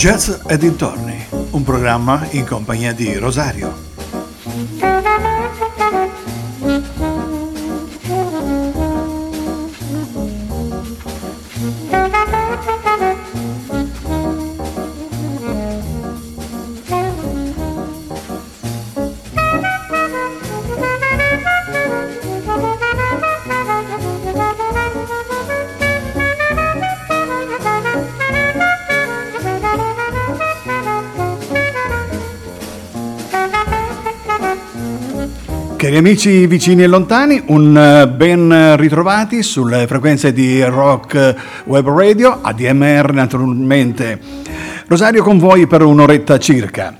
Jazz e dintorni, un programma in compagnia di Rosario. Cari amici vicini e lontani, un ben ritrovati sulle frequenze di Rock Web Radio, ADMR naturalmente. Rosario con voi per un'oretta circa.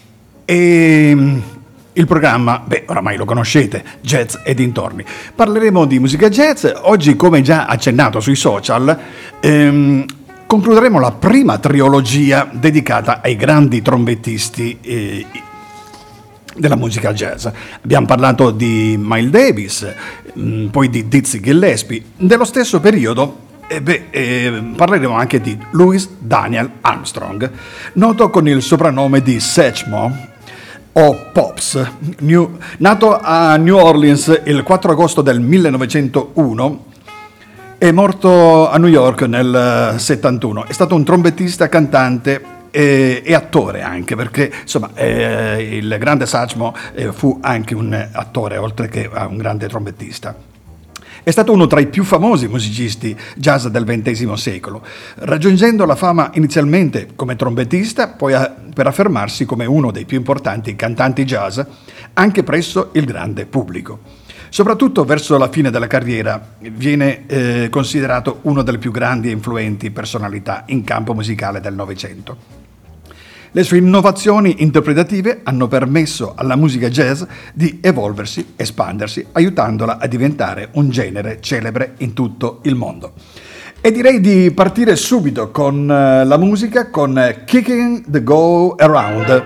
E il programma, oramai lo conoscete, Jazz e dintorni. Parleremo di musica jazz. Oggi, come già accennato sui social, concluderemo la prima trilogia dedicata ai grandi trombettisti della musica jazz. Abbiamo parlato di Miles Davis, poi di Dizzy Gillespie. Nello stesso periodo parleremo anche di Louis Daniel Armstrong, noto con il soprannome di Satchmo o Pops, nato a New Orleans il 4 agosto del 1901 e morto a New York nel 71. È stato un trombettista, cantante e attore anche, perché insomma il grande Satchmo fu anche un attore oltre che un grande trombettista. È stato uno tra i più famosi musicisti jazz del XX secolo, raggiungendo la fama inizialmente come trombettista, poi per affermarsi come uno dei più importanti cantanti jazz anche presso il grande pubblico. Soprattutto verso la fine della carriera viene considerato uno delle più grandi e influenti personalità in campo musicale del Novecento. Le sue innovazioni interpretative hanno permesso alla musica jazz di evolversi, espandersi, aiutandola a diventare un genere celebre in tutto il mondo. E direi di partire subito con la musica, con Kicking the Go Around.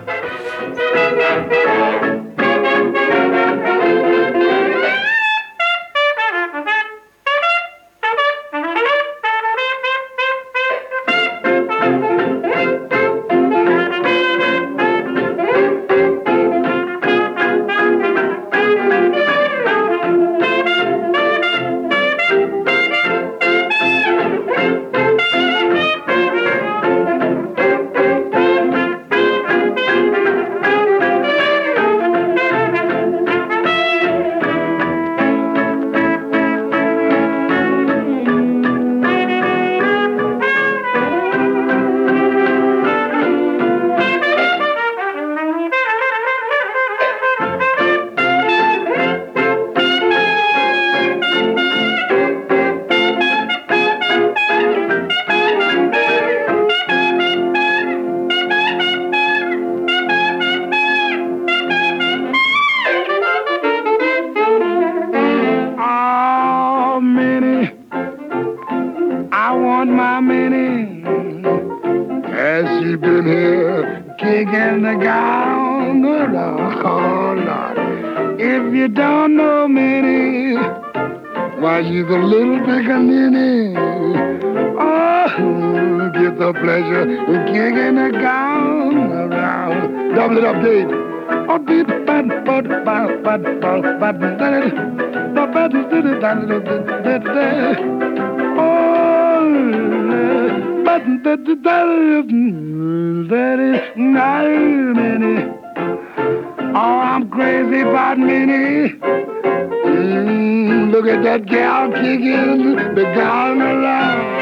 I'm crazy about Minnie. Look at that gal kicking the gown around.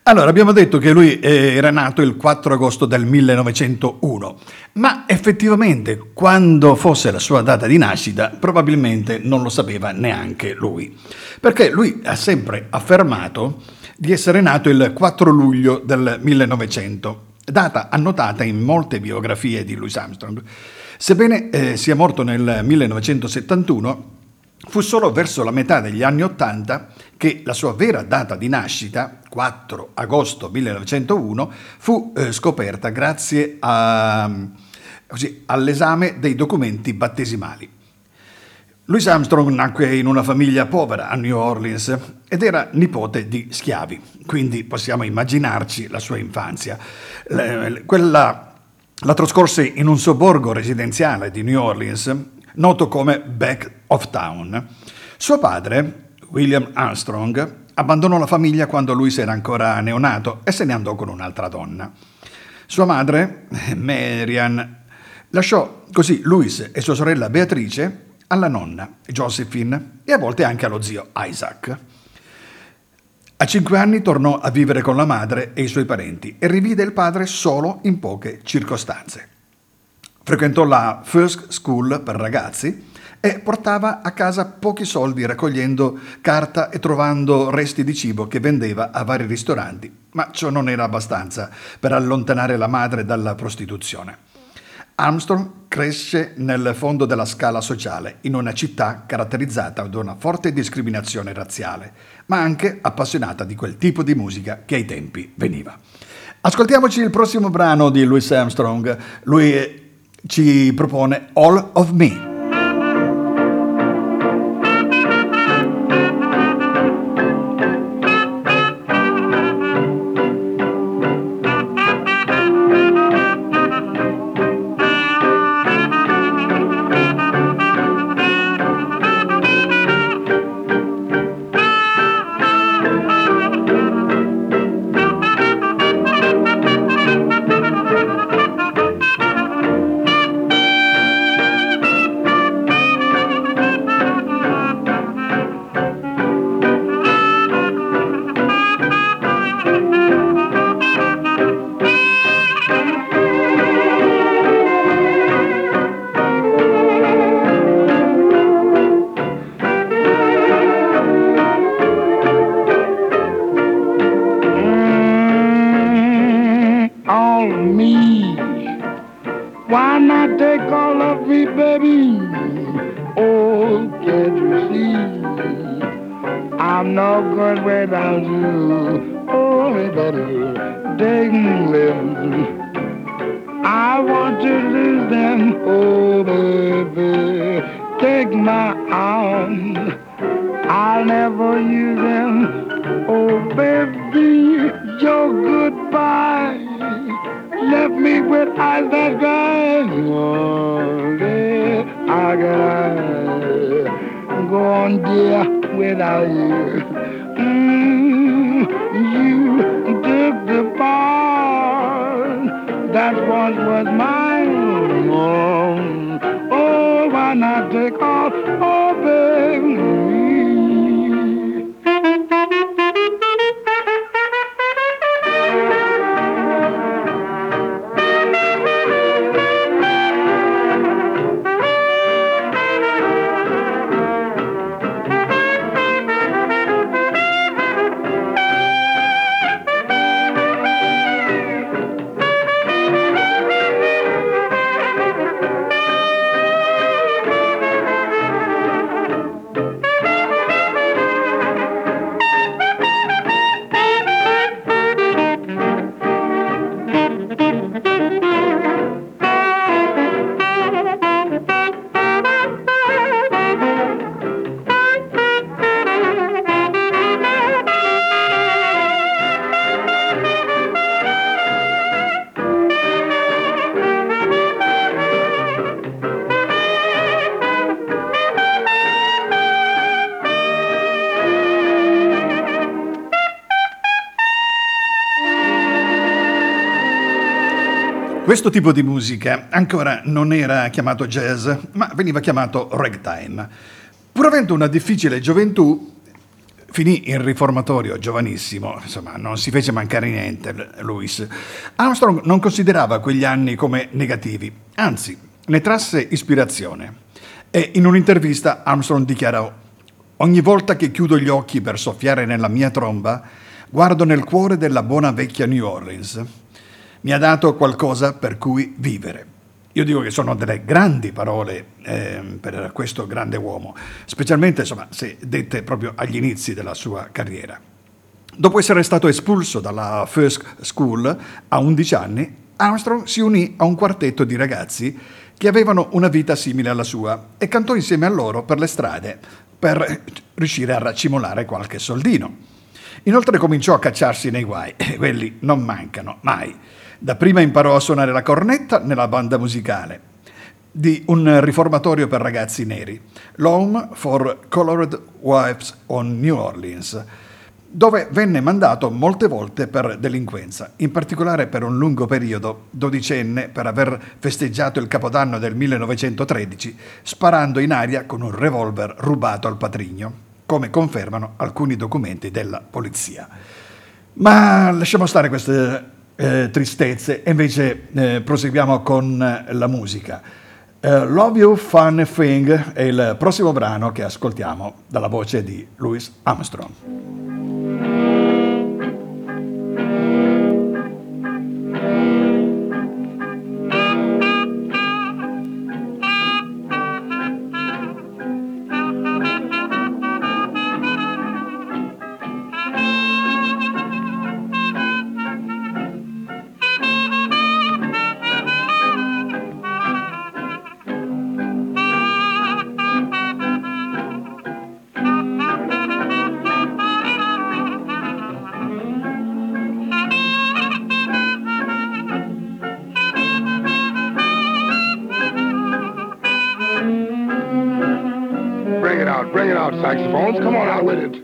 Allora, abbiamo detto che lui era nato il 4 agosto del 1901, ma effettivamente quando fosse la sua data di nascita probabilmente non lo sapeva neanche lui, perché lui ha sempre affermato di essere nato il 4 luglio del 1900, data annotata in molte biografie di Louis Armstrong. Sebbene sia morto nel 1971, fu solo verso la metà degli anni Ottanta che la sua vera data di nascita, 4 agosto 1901, fu scoperta grazie all'esame dei documenti battesimali. Louis Armstrong nacque in una famiglia povera a New Orleans ed era nipote di schiavi, quindi possiamo immaginarci la sua infanzia. La trascorse in un sobborgo residenziale di New Orleans, noto come Back of Town. Suo padre, William Armstrong, abbandonò la famiglia quando lui era ancora neonato e se ne andò con un'altra donna. Sua madre, Marian, lasciò così Louis e sua sorella Beatrice alla nonna, Josephine, e a volte anche allo zio Isaac. A 5 anni tornò a vivere con la madre e i suoi parenti e rivide il padre solo in poche circostanze. Frequentò la First School per ragazzi e portava a casa pochi soldi raccogliendo carta e trovando resti di cibo che vendeva a vari ristoranti, ma ciò non era abbastanza per allontanare la madre dalla prostituzione. Armstrong cresce nel fondo della scala sociale, in una città caratterizzata da una forte discriminazione razziale, ma anche appassionata di quel tipo di musica che ai tempi veniva. Ascoltiamoci il prossimo brano di Louis Armstrong. Lui ci propone All of Me. Questo tipo di musica ancora non era chiamato jazz, ma veniva chiamato ragtime. Pur avendo una difficile gioventù, finì in riformatorio giovanissimo, insomma, non si fece mancare niente Louis. Armstrong non considerava quegli anni come negativi, anzi, ne trasse ispirazione. E in un'intervista Armstrong dichiarò: «Ogni volta che chiudo gli occhi per soffiare nella mia tromba, guardo nel cuore della buona vecchia New Orleans. Mi ha dato qualcosa per cui vivere». Io dico che sono delle grandi parole per questo grande uomo, specialmente insomma, se dette proprio agli inizi della sua carriera. Dopo essere stato espulso dalla First School a 11 anni, Armstrong si unì a un quartetto di ragazzi che avevano una vita simile alla sua e cantò insieme a loro per le strade per riuscire a raccimolare qualche soldino. Inoltre cominciò a cacciarsi nei guai, e quelli non mancano mai. Dapprima imparò a suonare la cornetta nella banda musicale di un riformatorio per ragazzi neri, l'Home for Colored Wives on New Orleans, dove venne mandato molte volte per delinquenza, in particolare per un lungo periodo, dodicenne, per aver festeggiato il Capodanno del 1913 sparando in aria con un revolver rubato al patrigno, come confermano alcuni documenti della polizia. Ma lasciamo stare queste tristezze e invece proseguiamo con la musica. Love You Funny Thing è il prossimo brano che ascoltiamo dalla voce di Louis Armstrong. Bring it out, saxophones. Come on out with it.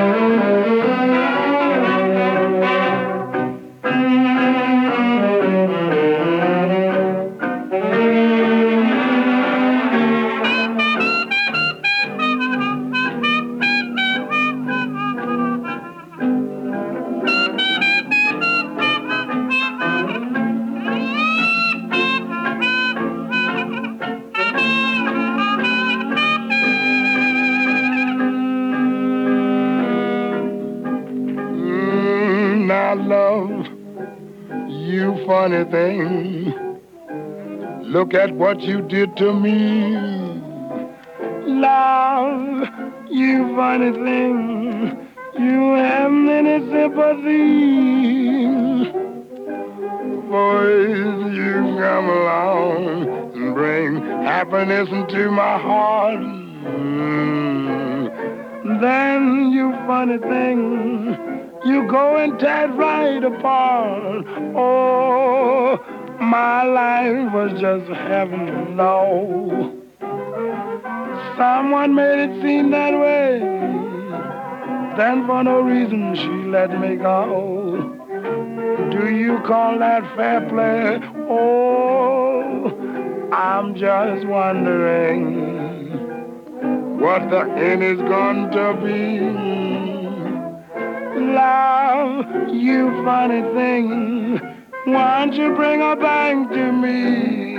Love, you funny thing. Look at what you did to me. Love, you funny thing. You haven't any sympathy. Boys, you come along and bring happiness into my heart. Then, you funny thing, you go and tear it right apart. Oh, my life was just heaven to know. Someone made it seem that way. Then for no reason she let me go. Do you call that fair play? Oh, I'm just wondering what the end is going to be. Love, you funny thing, why don't you bring her back to me?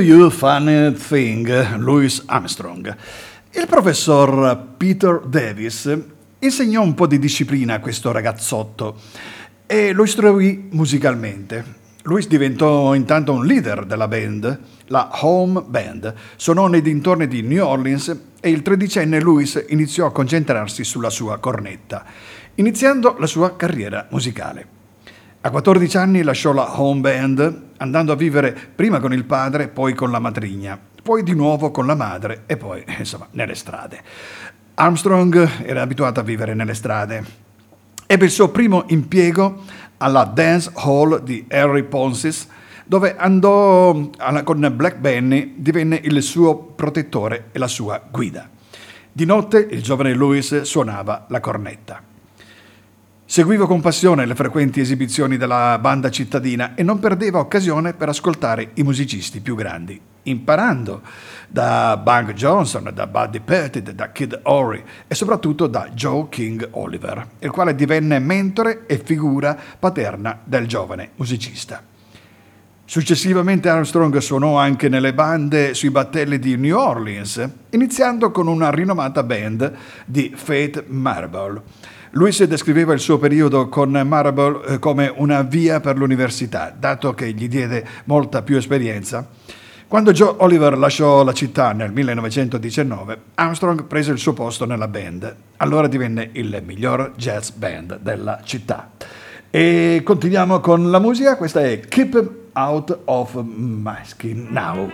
You Funny Thing, Louis Armstrong. Il professor Peter Davis insegnò un po' di disciplina a questo ragazzotto e lo istruì musicalmente. Louis diventò intanto un leader della band, la Home Band. Suonò nei dintorni di New Orleans e il tredicenne Louis iniziò a concentrarsi sulla sua cornetta, iniziando la sua carriera musicale. A 14 anni lasciò la Home Band, andando a vivere prima con il padre, poi con la madrigna, poi di nuovo con la madre e poi, insomma, nelle strade. Armstrong era abituato a vivere nelle strade. Ebbe il suo primo impiego alla Dance Hall di Harry Ponsis, dove andò con Black Benny, divenne il suo protettore e la sua guida. Di notte il giovane Louis suonava la cornetta. Seguiva con passione le frequenti esibizioni della banda cittadina e non perdeva occasione per ascoltare i musicisti più grandi, imparando da Bunk Johnson, da Buddy Pettit, da Kid Ory e soprattutto da Joe King Oliver, il quale divenne mentore e figura paterna del giovane musicista. Successivamente Armstrong suonò anche nelle bande sui battelli di New Orleans, iniziando con una rinomata band di Faith Marable. Louis descriveva il suo periodo con Marable come una via per l'università, dato che gli diede molta più esperienza. Quando Joe Oliver lasciò la città nel 1919, Armstrong prese il suo posto nella band. Allora divenne il miglior jazz band della città. E continuiamo con la musica, questa è Keep Out of My Skin Now.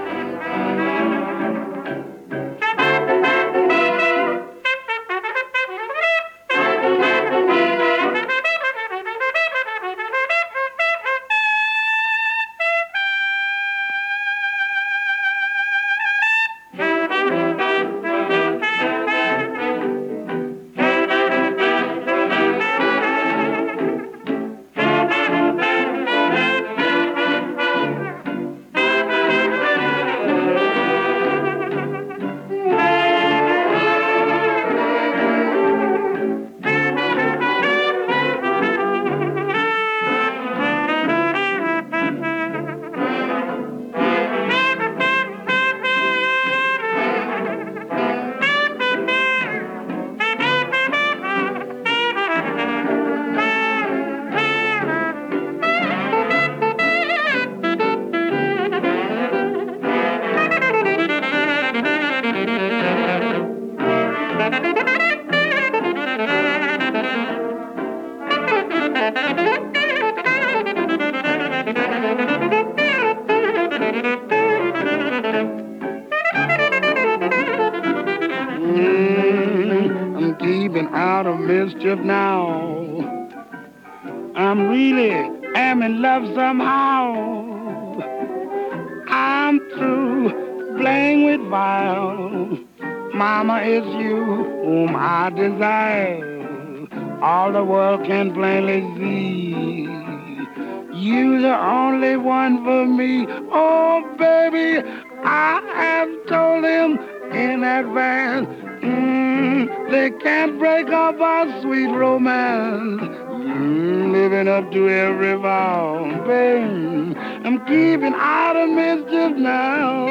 Now I'm really am in love somehow. I'm through playing with fire. Mama, it's you whom I desire. All the world can plainly see. You're the only one for me. Oh, baby, I have told him in advance. They can't break up our sweet romance. Living up to every vow, babe. I'm keeping out of mischief now.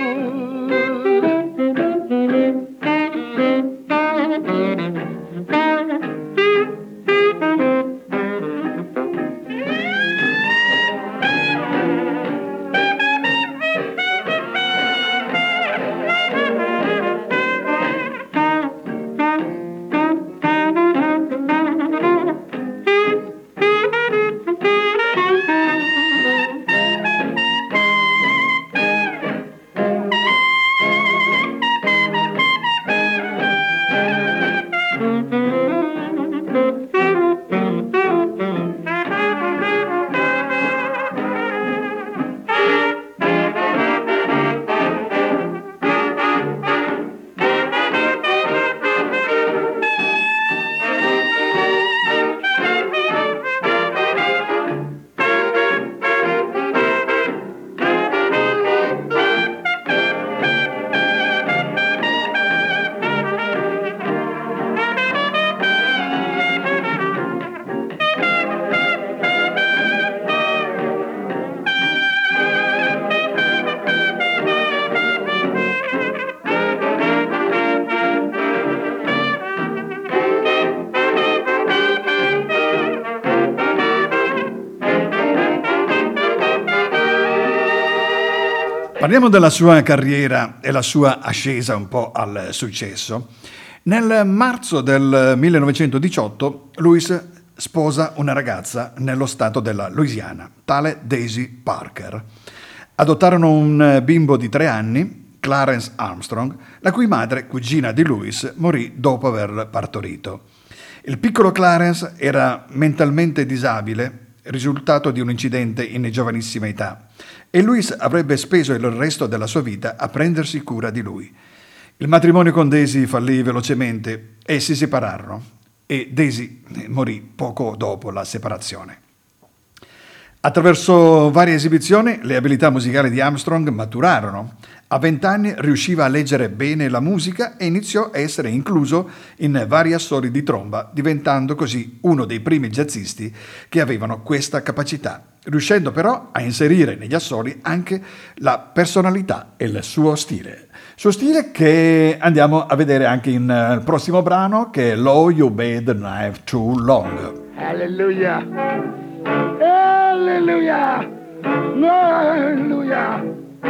Parliamo della sua carriera e la sua ascesa un po' al successo. Nel marzo del 1918 Louis sposa una ragazza nello stato della Louisiana, tale Daisy Parker. Adottarono un bimbo di 3 anni, Clarence Armstrong, la cui madre, cugina di Louis, morì dopo aver partorito. Il piccolo Clarence era mentalmente disabile, risultato di un incidente in giovanissima età, e Louis avrebbe speso il resto della sua vita a prendersi cura di lui. Il matrimonio con Daisy fallì velocemente e si separarono, e Daisy morì poco dopo la separazione. Attraverso varie esibizioni le abilità musicali di Armstrong maturarono. A 20 anni riusciva a leggere bene la musica e iniziò a essere incluso in vari assoli di tromba, diventando così uno dei primi jazzisti che avevano questa capacità, riuscendo però a inserire negli assoli anche la personalità e il suo stile. Suo stile che andiamo a vedere anche in prossimo brano, che è Lo You Made the Night Too Long. Hallelujah. Hallelujah. Hallelujah.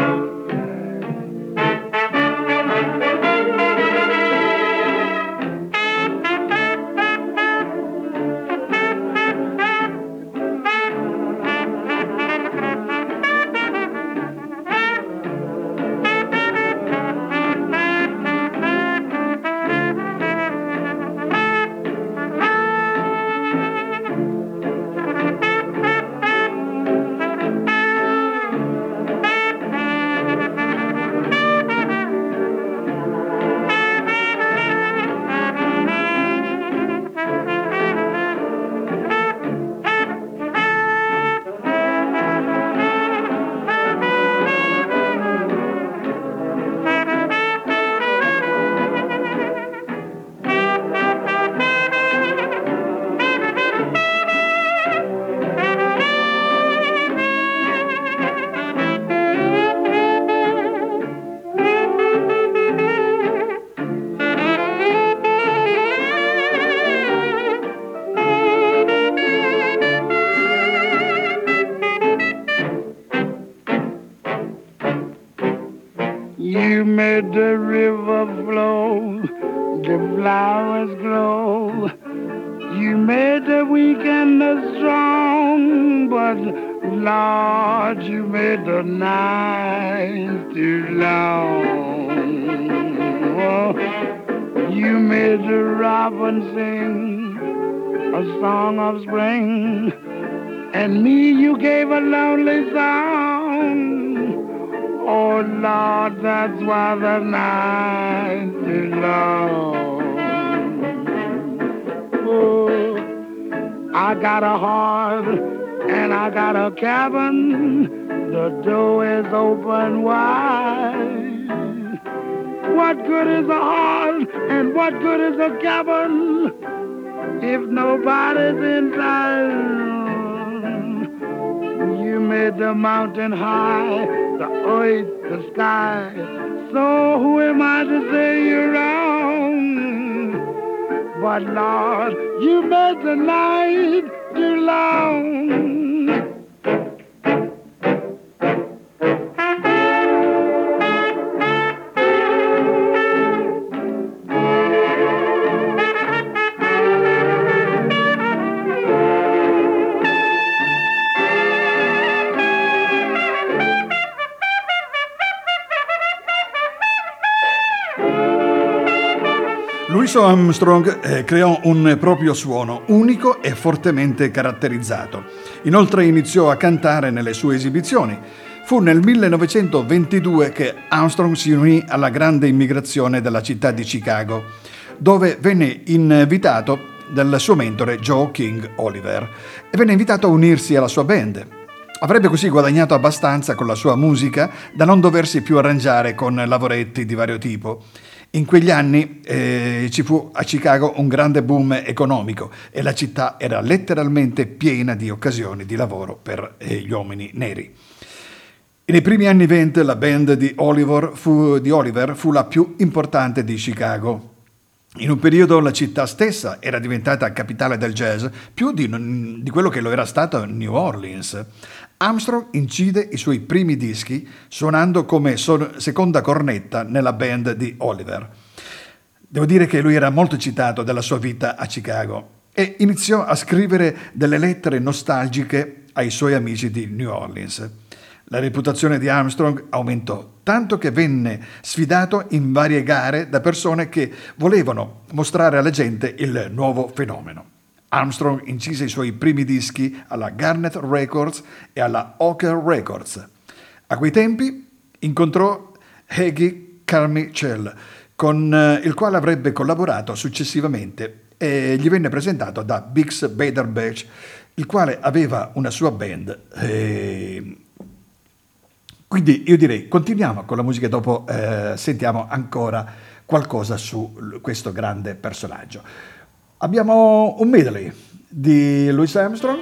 You made the river flow, the flowers grow. You made the weak and the strong, but Lord, you made the night too long. Oh, you made the robin sing a song of spring, and me you gave a lonely song. Oh Lord, that's why the night is long. Oh, I got a heart and I got a cabin. The door is open wide. What good is a heart and what good is a cabin if nobody's inside? You made the mountain high, the earth, the sky. So who am I to say you're wrong? But Lord, you made the night too long. Louis Armstrong creò un proprio suono unico e fortemente caratterizzato. Inoltre iniziò a cantare nelle sue esibizioni. Fu nel 1922 che Armstrong si unì alla grande immigrazione della città di Chicago, dove venne invitato dal suo mentore Joe King Oliver e venne invitato a unirsi alla sua band. Avrebbe così guadagnato abbastanza con la sua musica da non doversi più arrangiare con lavoretti di vario tipo. In quegli anni ci fu a Chicago un grande boom economico e la città era letteralmente piena di occasioni di lavoro per gli uomini neri. Nei primi anni 20 la band di Oliver fu la più importante di Chicago. In un periodo la città stessa era diventata capitale del jazz più di quello che lo era stato New Orleans. Armstrong incide i suoi primi dischi suonando come seconda cornetta nella band di Oliver. Devo dire che lui era molto eccitato dalla sua vita a Chicago e iniziò a scrivere delle lettere nostalgiche ai suoi amici di New Orleans. La reputazione di Armstrong aumentò, tanto che venne sfidato in varie gare da persone che volevano mostrare alla gente il nuovo fenomeno. Armstrong incise i suoi primi dischi alla Garnet Records e alla Oker Records. A quei tempi incontrò Heggie Carmichael, con il quale avrebbe collaborato successivamente e gli venne presentato da Bix Beiderbecke, il quale aveva una sua band. Quindi io direi continuiamo con la musica e dopo sentiamo ancora qualcosa su questo grande personaggio. Abbiamo un medley di Louis Armstrong.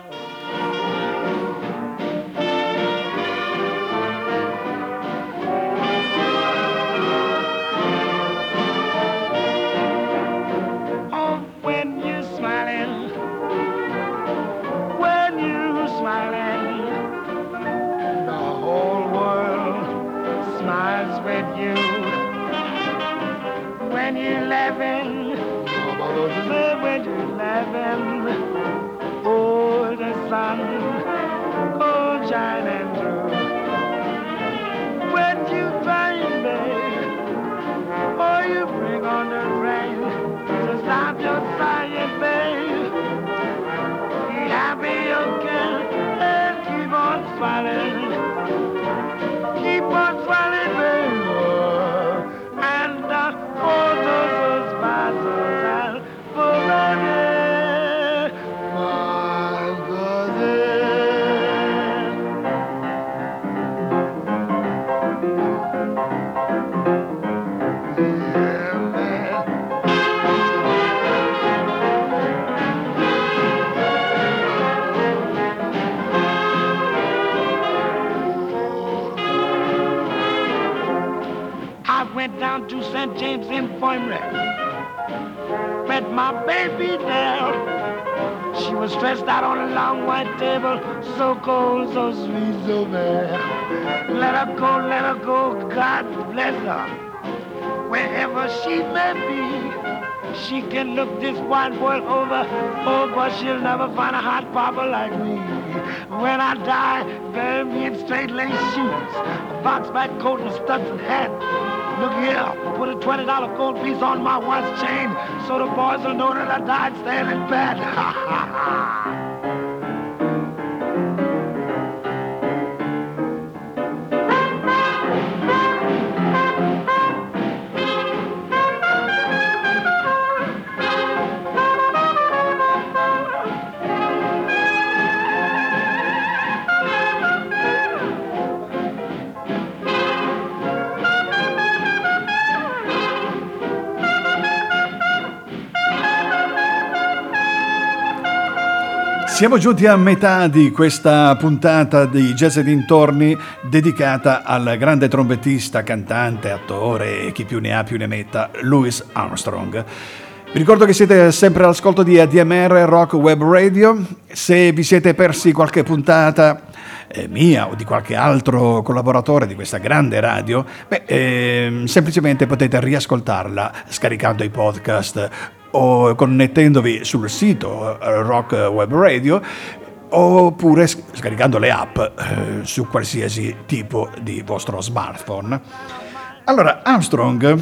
St. James Infirmary. Met my baby there. She was stretched out on a long white table, so cold, so sweet, so bad. Let her go, God bless her. Wherever she may be, she can look this wide world over, oh, but she'll never find a hot papa like me. When I die, bury me in straight lace shoes, a box back coat and a Stetson hat. Look here, put a $20 gold piece on my watch chain so the boys will know that I died staying in bed. Ha ha ha. Siamo giunti a metà di questa puntata di Jazz e dintorni dedicata al grande trombettista, cantante, attore e chi più ne ha più ne metta, Louis Armstrong. Vi ricordo che siete sempre all'ascolto di ADMR Rock Web Radio. Se vi siete persi qualche puntata mia o di qualche altro collaboratore di questa grande radio, semplicemente potete riascoltarla scaricando i podcast o connettendovi sul sito Rock Web Radio oppure scaricando le app su qualsiasi tipo di vostro smartphone. Allora, Armstrong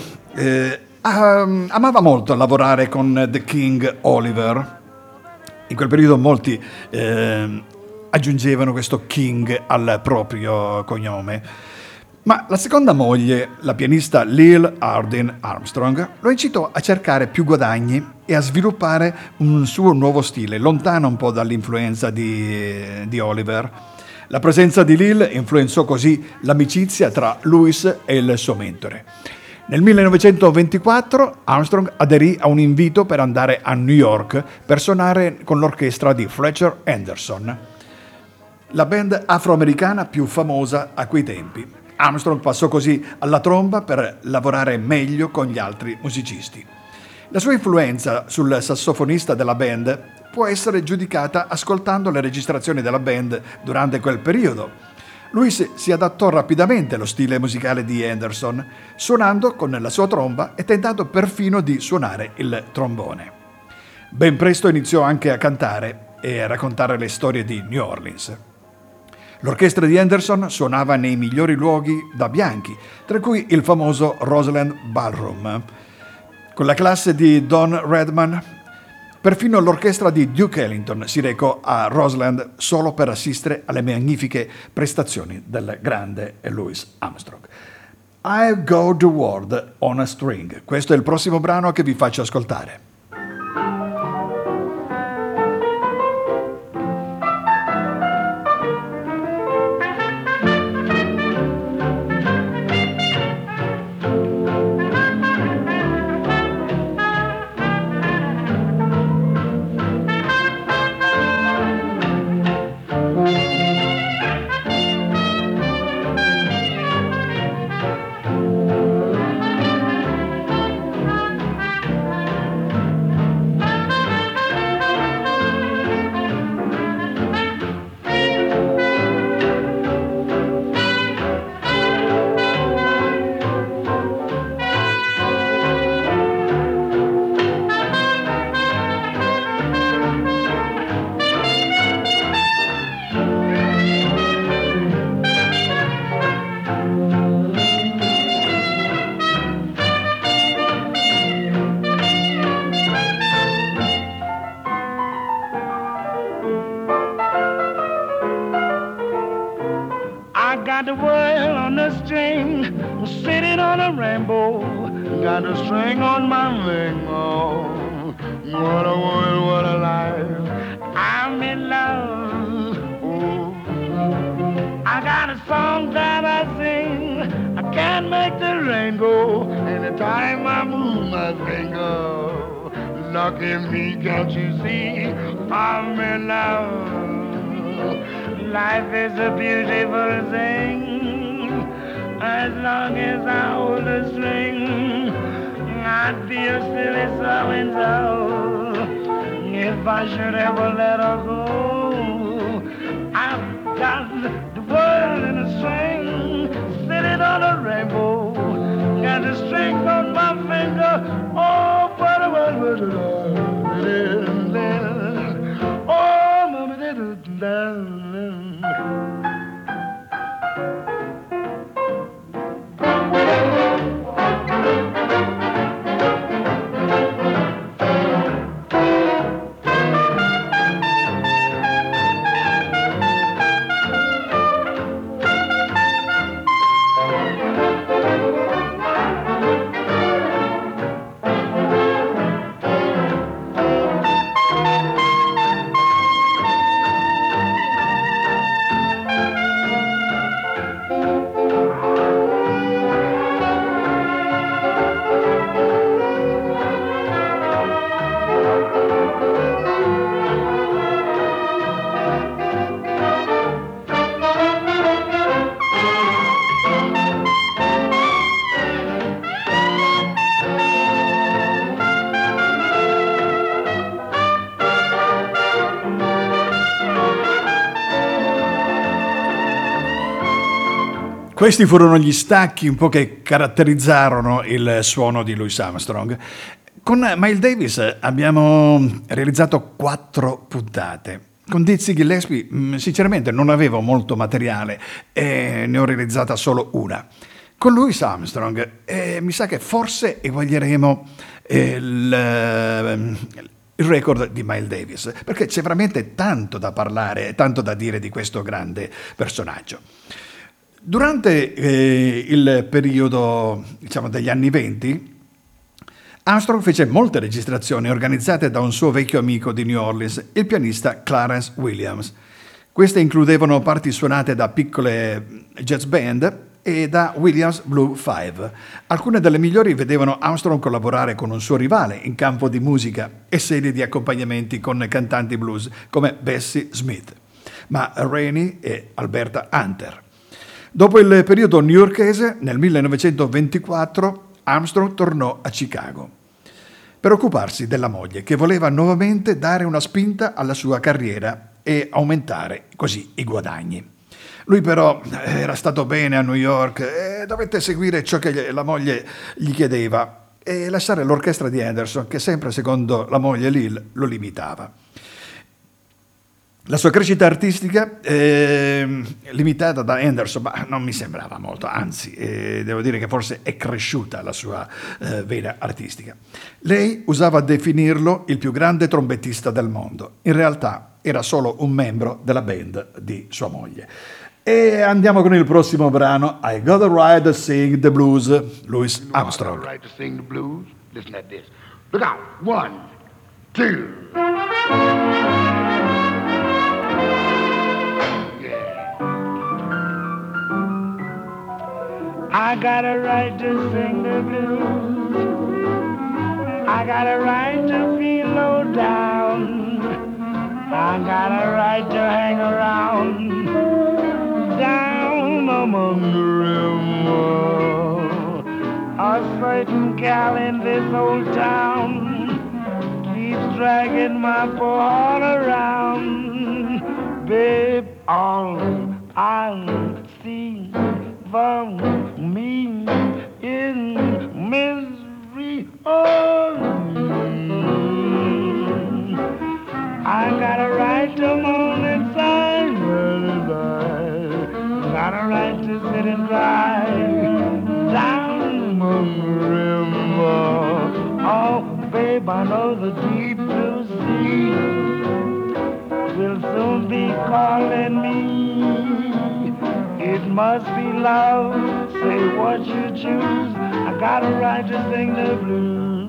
amava molto lavorare con The King Oliver. In quel periodo molti aggiungevano questo King al proprio cognome. Ma la seconda moglie, la pianista Lil Hardin Armstrong, lo incitò a cercare più guadagni e a sviluppare un suo nuovo stile, lontano un po' dall'influenza di Oliver. La presenza di Lil influenzò così l'amicizia tra Louis e il suo mentore. Nel 1924 Armstrong aderì a un invito per andare a New York per suonare con l'orchestra di Fletcher Henderson, la band afroamericana più famosa a quei tempi. Armstrong passò così alla tromba per lavorare meglio con gli altri musicisti. La sua influenza sul sassofonista della band può essere giudicata ascoltando le registrazioni della band durante quel periodo. Lui si adattò rapidamente allo stile musicale di Anderson, suonando con la sua tromba e tentando perfino di suonare il trombone. Ben presto iniziò anche a cantare e a raccontare le storie di New Orleans. L'orchestra di Anderson suonava nei migliori luoghi da bianchi, tra cui il famoso Roseland Ballroom. Con la classe di Don Redman, perfino l'orchestra di Duke Ellington si recò a Roseland solo per assistere alle magnifiche prestazioni del grande Louis Armstrong. I've Got the World on a String. Questo è il prossimo brano che vi faccio ascoltare. Got the world on the string, sitting on a rainbow. Got a string on my finger. What a world, what a life. I'm in love. Oh. I got a song that I sing. I can't make the rain go. Anytime I move my finger. Lucky me, can't you see? I'm in love. Life is a beautiful thing. As long as I hold the string, I'd feel silly so and so if I should ever let her go. I've got the world in a string, sitting on a rainbow. Got the string on my finger. Oh, but oh, mama, Questi furono gli stacchi un po' che caratterizzarono il suono di Louis Armstrong. Con Miles Davis abbiamo realizzato 4 puntate. Con Dizzy Gillespie sinceramente non avevo molto materiale e ne ho realizzata solo una. Con Louis Armstrong mi sa che forse eguaglieremo il record di Miles Davis, perché c'è veramente tanto da parlare, tanto da dire di questo grande personaggio. Durante il periodo, diciamo, degli anni 20, Armstrong fece molte registrazioni organizzate da un suo vecchio amico di New Orleans, il pianista Clarence Williams. Queste includevano parti suonate da piccole jazz band e da Williams Blue Five. Alcune delle migliori vedevano Armstrong collaborare con un suo rivale in campo di musica e serie di accompagnamenti con cantanti blues come Bessie Smith, Ma Rainey e Alberta Hunter. Dopo il periodo newyorkese, nel 1924, Armstrong tornò a Chicago. per occuparsi della moglie, che voleva nuovamente dare una spinta alla sua carriera e aumentare così i guadagni. Lui però era stato bene a New York e dovette seguire ciò che la moglie gli chiedeva e lasciare l'orchestra di Henderson, che sempre secondo la moglie Lil lo limitava. La sua crescita artistica, limitata da Henderson, ma non mi sembrava molto, anzi, devo dire che forse è cresciuta la sua vena artistica. Lei usava definirlo il più grande trombettista del mondo. In realtà era solo un membro della band di sua moglie. E andiamo con il prossimo brano, I Got a Right to Sing the Blues, Louis Armstrong. I got a right to sing the blues. Listen at this. Look out. 1, 2. I got a right to sing the blues. I got a right to feel low down. I got a right to hang around down among the river. A certain gal in this old town keeps dragging my poor heart around. Babe, all I see for me in misery. Oh, I got a right to moan inside, got a right to sit and cry down among the river. Oh, babe, I know the deep blue sea will soon be calling me. It must be love, say what you choose. I got a right to sing the blues.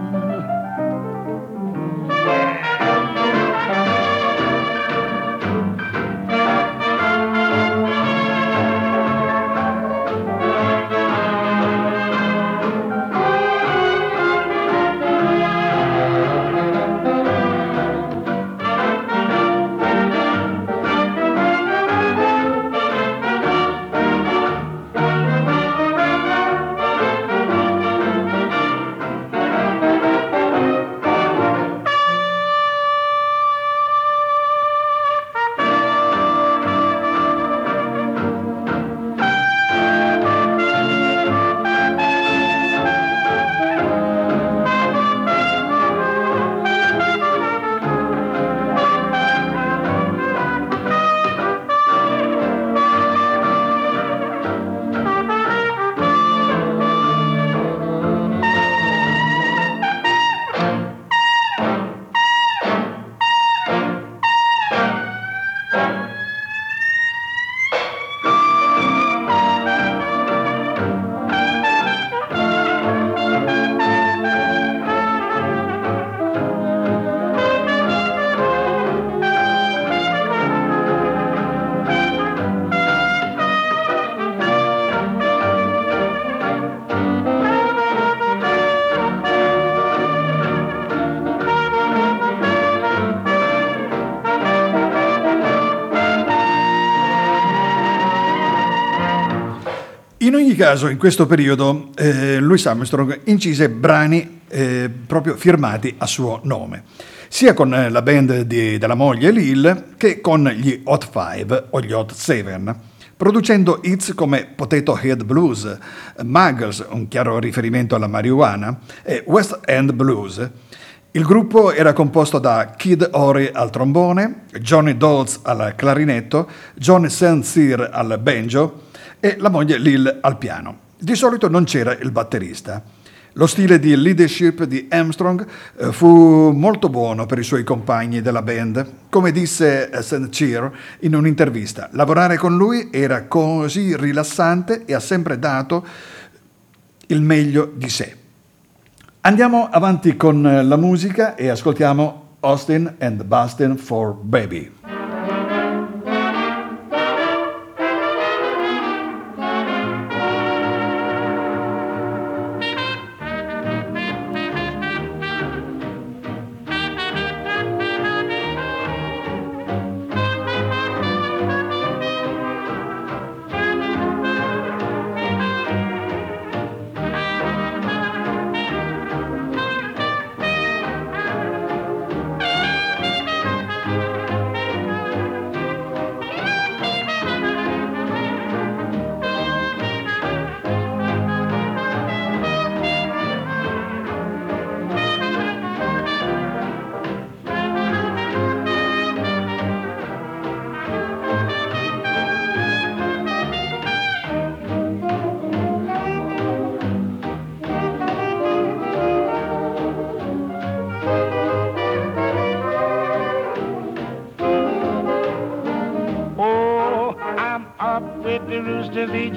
In ogni caso, in questo periodo, Louis Armstrong incise brani proprio firmati a suo nome, sia con la band della moglie Lil che con gli Hot Five o gli Hot Seven, producendo hits come Potato Head Blues, Muggles, un chiaro riferimento alla marijuana, e West End Blues. Il gruppo era composto da Kid Ory al trombone, Johnny Dodds al clarinetto, Johnny St. Cyr al banjo e la moglie Lil al piano. Di solito non c'era il batterista. Lo stile di leadership di Armstrong fu molto buono per i suoi compagni della band. Come disse St. Cyr in un'intervista, lavorare con lui era così rilassante e ha sempre dato il meglio di sé. Andiamo avanti con la musica e ascoltiamo Austin and Bustin' for Baby.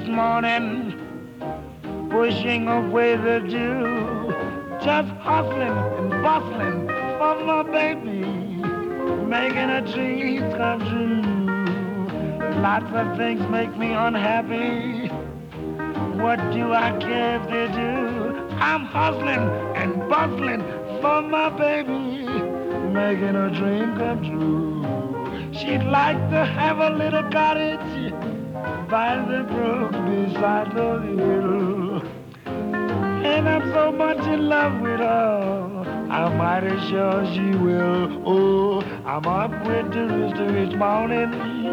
each morning, pushing away the dew, just hustling and bustling for my baby, making her dreams come true. Lots of things make me unhappy. What do I care if they do? I'm hustling and bustling for my baby, making her dream come true. She'd like to have a little cottage by the brook beside the hill, and I'm so much in love with her, I'm mighty sure she will. Oh, I'm up with the rooster each morning,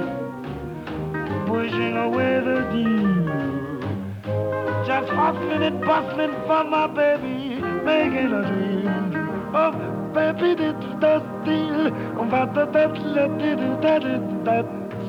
pushing away the dew, just hustling and bustling for my baby, making a dream. Oh, baby, that deal, that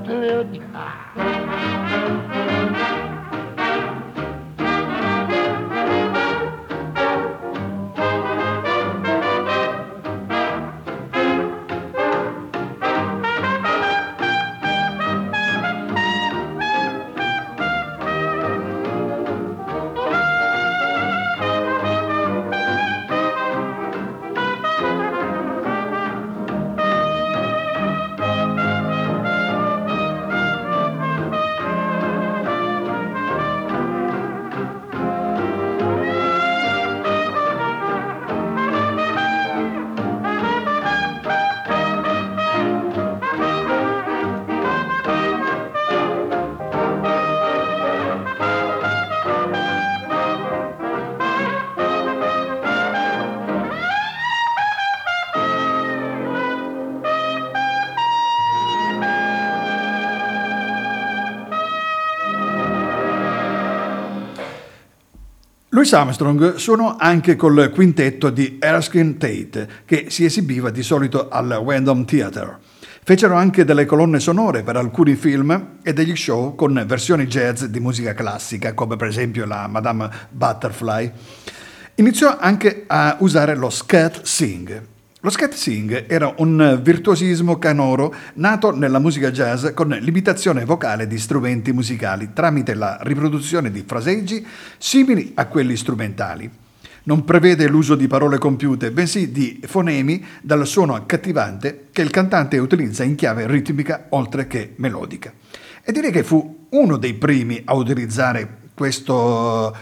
Louis Armstrong suonò anche col quintetto di Erskine Tate, che si esibiva di solito al Wyndham Theatre. Fecero anche delle colonne sonore per alcuni film e degli show con versioni jazz di musica classica, come per esempio la Madame Butterfly. Iniziò anche a usare lo scat sing. Lo scat sing era un virtuosismo canoro nato nella musica jazz con l'imitazione vocale di strumenti musicali tramite la riproduzione di fraseggi simili a quelli strumentali. Non prevede l'uso di parole compiute, bensì di fonemi dal suono accattivante che il cantante utilizza in chiave ritmica oltre che melodica. E direi che fu uno dei primi a utilizzare questo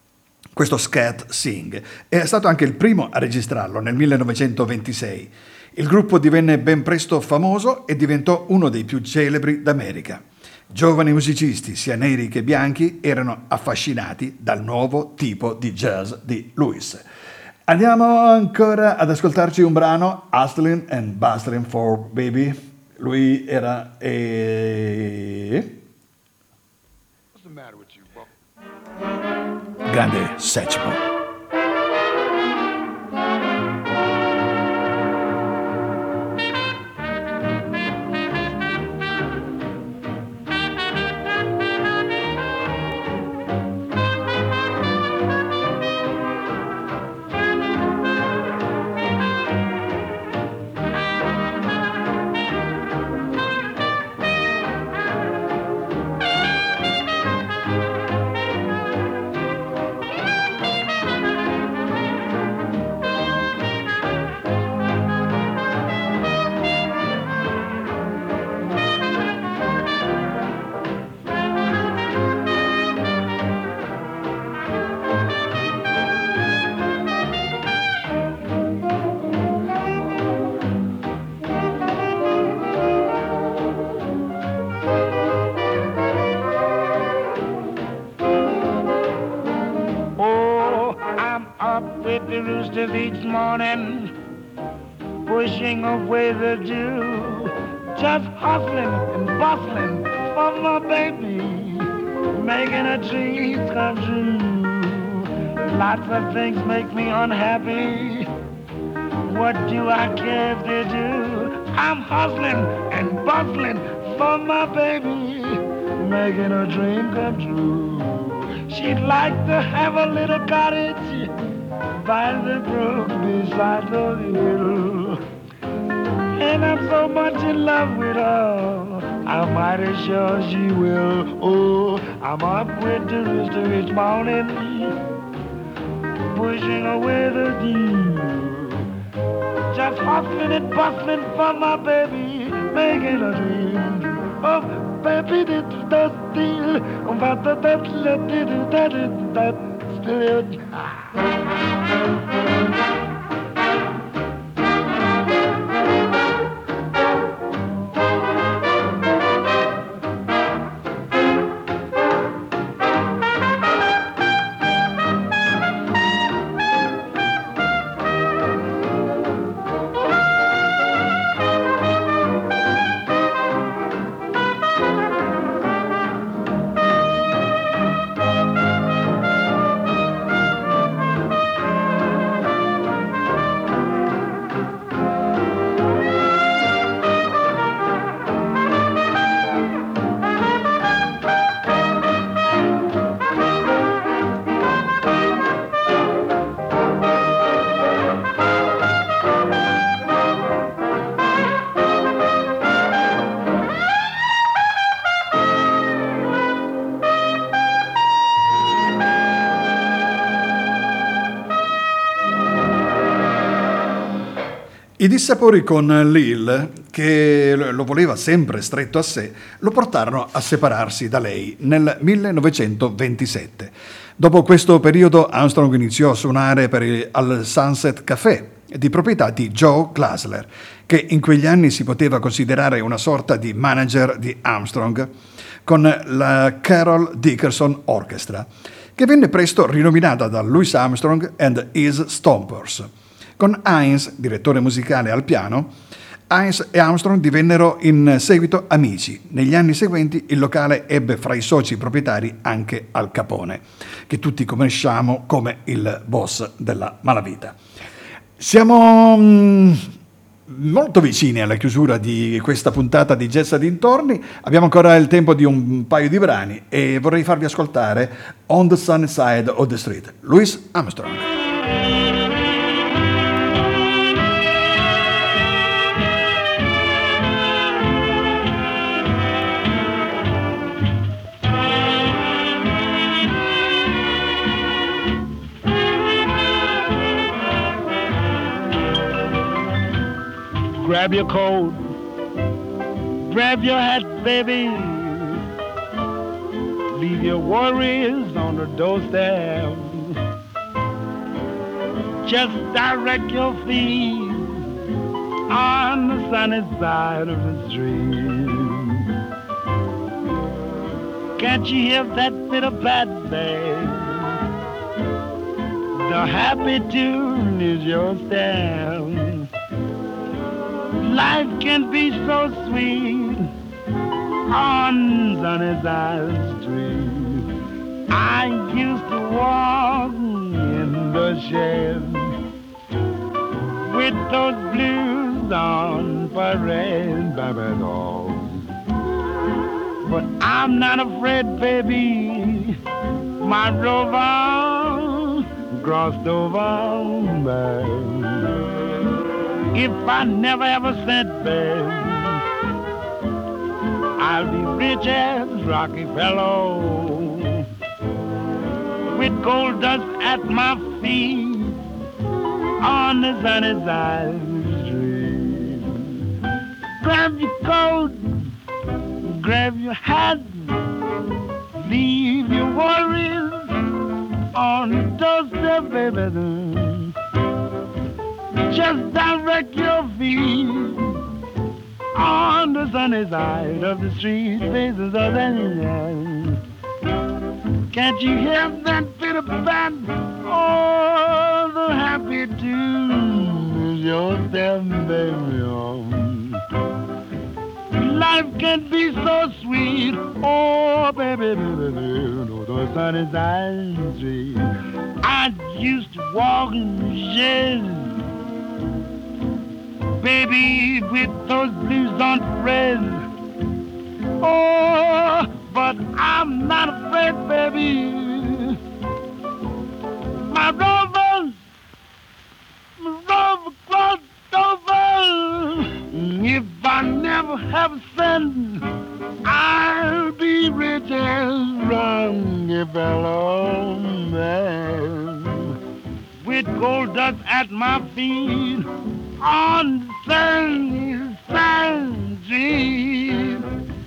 scat sing. È stato anche il primo a registrarlo nel 1926. Il gruppo divenne ben presto famoso e diventò uno dei più celebri d'America. Giovani musicisti, sia neri che bianchi, erano affascinati dal nuovo tipo di jazz di Louis. Andiamo ancora ad ascoltarci un brano, Hustlin' and Bustlin' for Baby. Lui era... What's the matter with you, Bob? grande Satchmo. Each morning, pushing away the dew, just hustling and bustling for my baby, making her dreams come true. Lots of things make me unhappy. What do I care if they do? I'm hustling and bustling for my baby, making her dream come true. She'd like to have a little cottage by the brook beside the hill, and I'm so much in love with her, I'm mighty sure she will. Oh, I'm up with the rooster each morning, pushing away the dew. Just hustling and bustling for my baby, making a dream of baby that deal. But that still. I dissapori con Lil, che lo voleva sempre stretto a sé, lo portarono a separarsi da lei nel 1927. Dopo questo periodo Armstrong iniziò a suonare al Sunset Café, di proprietà di Joe Glasler, che in quegli anni si poteva considerare una sorta di manager di Armstrong, con la Carol Dickerson Orchestra, che venne presto rinominata da Louis Armstrong and His Stompers. Con Hines, direttore musicale al piano, Hines e Armstrong divennero in seguito amici. Negli anni seguenti il locale ebbe fra i soci proprietari anche Al Capone, che tutti conosciamo come il boss della malavita. Siamo molto vicini alla chiusura di questa puntata di Jazz a dintorni. Abbiamo ancora il tempo di un paio di brani e vorrei farvi ascoltare On the Sunny Side of the Street, Louis Armstrong. Grab your coat, grab your hat, baby. Leave your worries on the doorstep. Just direct your feet on the sunny side of the street. Can't you hear that bit of bad bass? The happy tune is your step. Life can be so sweet on sunny side of the street. I used to walk in the shed with those blues on parade, baby doll. But I'm not afraid, baby. My rover crossed over, baby. If I never ever sent babe, I'll be rich as Rockefeller, with gold dust at my feet on the sunny side of the street. Grab your coat, grab your hat, leave your worries on the doorstep, baby. Just direct your feet on the sunny side of the street, faces of the Can't you hear that bit of band? Oh, the happy tune is your step, baby. Life can be so sweet. Oh, baby, baby, baby, oh, the sunny side of the street. I used to walk in the shade, baby, with those blues on red. Oh, but I'm not afraid, baby. My rover crossed over. If I never have a cent, with gold dust at my feet on sunny Street.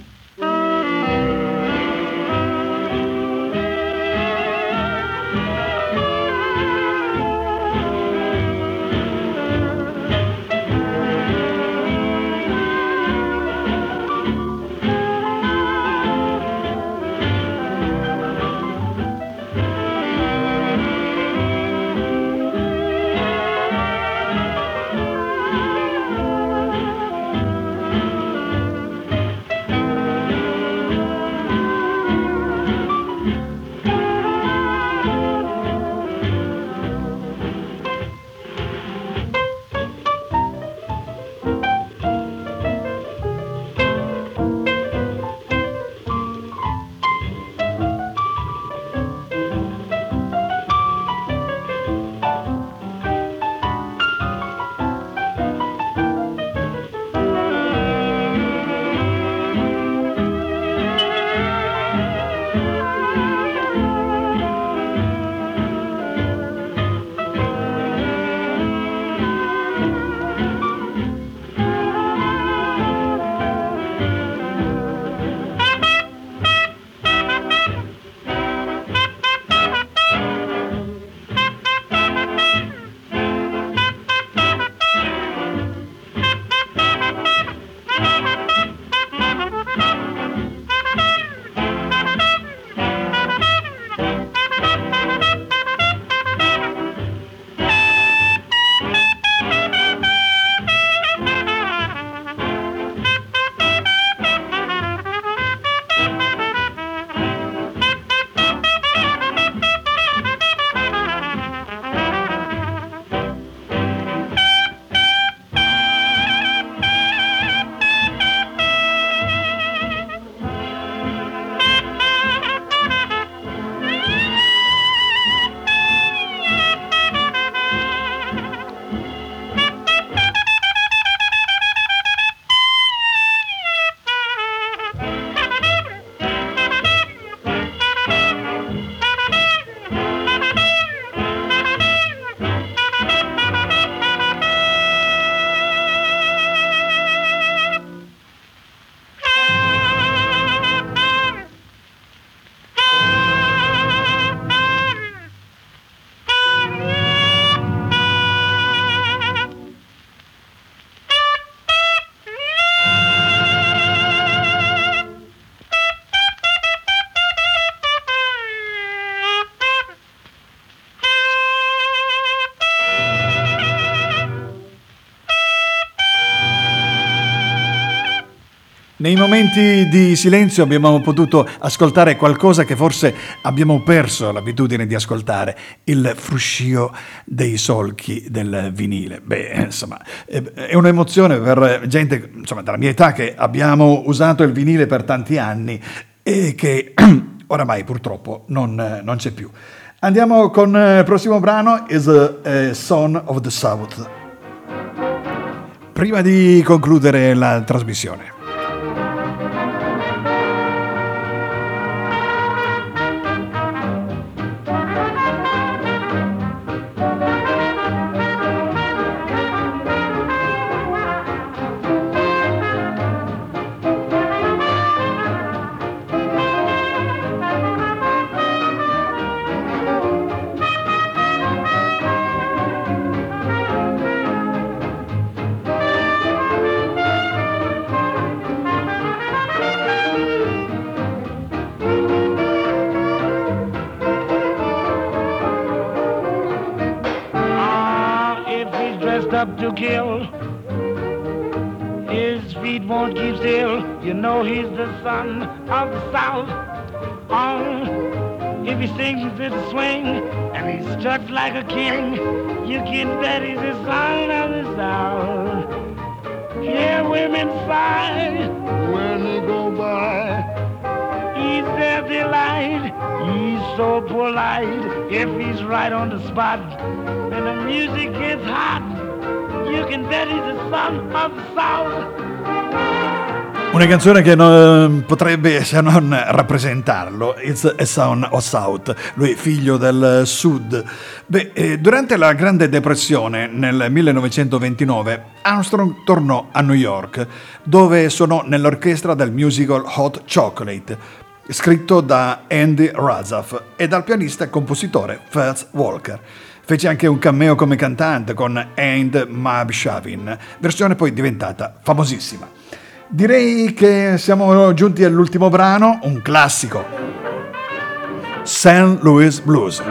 Nei momenti di silenzio abbiamo potuto ascoltare qualcosa che forse abbiamo perso l'abitudine di ascoltare, il fruscio dei solchi del vinile. Beh, insomma, è un'emozione per gente, insomma, della mia età, che abbiamo usato il vinile per tanti anni e che oramai purtroppo non c'è più. Andiamo con il prossimo brano, Is a Son of the South. Prima di concludere la trasmissione. Up to kill, his feet won't keep still. You know he's the son of the South. If he sings it's a swing and he struts like a king, you can bet he's the son of the South. Hear women sigh when they go by. He's their delight. He's so polite. If he's right on the spot and the music gets hot, you can bet he's the son of the South. Una canzone che non potrebbe se non rappresentarlo, It's a Son of South, lui figlio del Sud. Durante la Grande Depressione nel 1929 Armstrong tornò a New York, dove suonò nell'orchestra del musical Hot Chocolate, scritto da Andy Razaf e dal pianista e compositore Fats Walker. Fece anche un cameo come cantante con And Mab Shavin, versione poi diventata famosissima. Direi che siamo giunti all'ultimo brano, un classico, St. Louis Blues.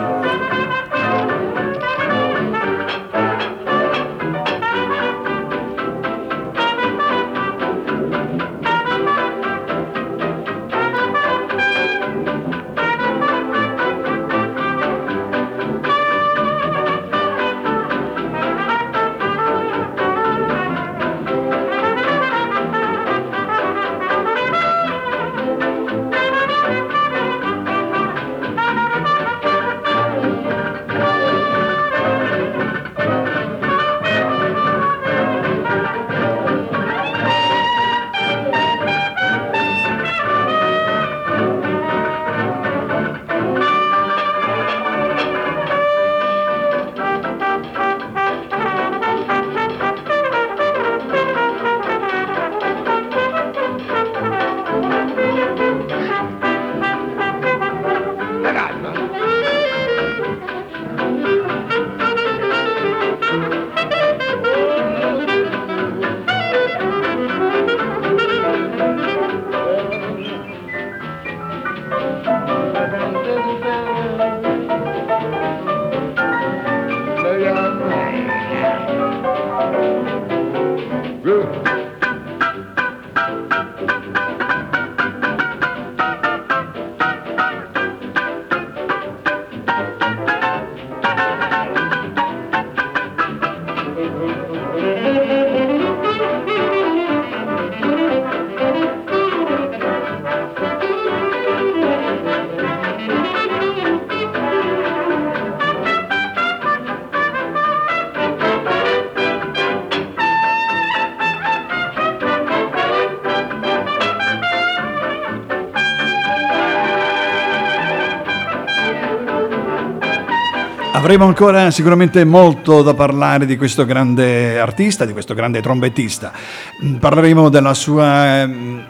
Avremo ancora sicuramente molto da parlare di questo grande artista, di questo grande trombettista. Parleremo della sua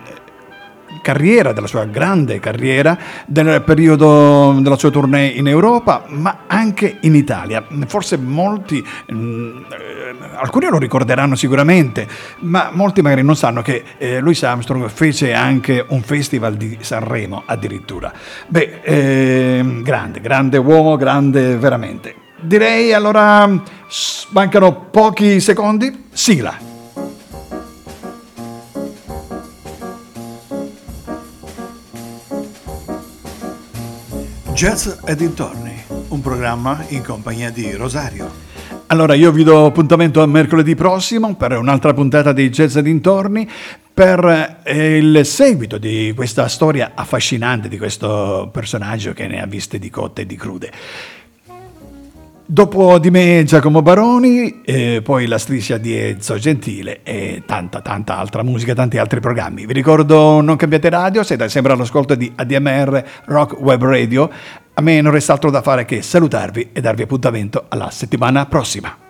carriera, della sua grande carriera, del periodo della sua tournée in Europa, ma anche in Italia. Forse molti, alcuni lo ricorderanno sicuramente, ma molti magari non sanno che Louis Armstrong fece anche un festival di Sanremo addirittura. Grande uomo, grande veramente. Direi allora, mancano pochi secondi, sigla. Jazz e dintorni, un programma in compagnia di Rosario. Allora io vi do appuntamento a mercoledì prossimo per un'altra puntata di Jazz e dintorni, per il seguito di questa storia affascinante di questo personaggio che ne ha viste di cotte e di crude. Dopo di me Giacomo Baroni, poi la striscia di Enzo Gentile e tanta altra musica, tanti altri programmi. Vi ricordo, non cambiate radio, siete sempre all'ascolto di ADMR Rock Web Radio. A me non resta altro da fare che salutarvi e darvi appuntamento alla settimana prossima.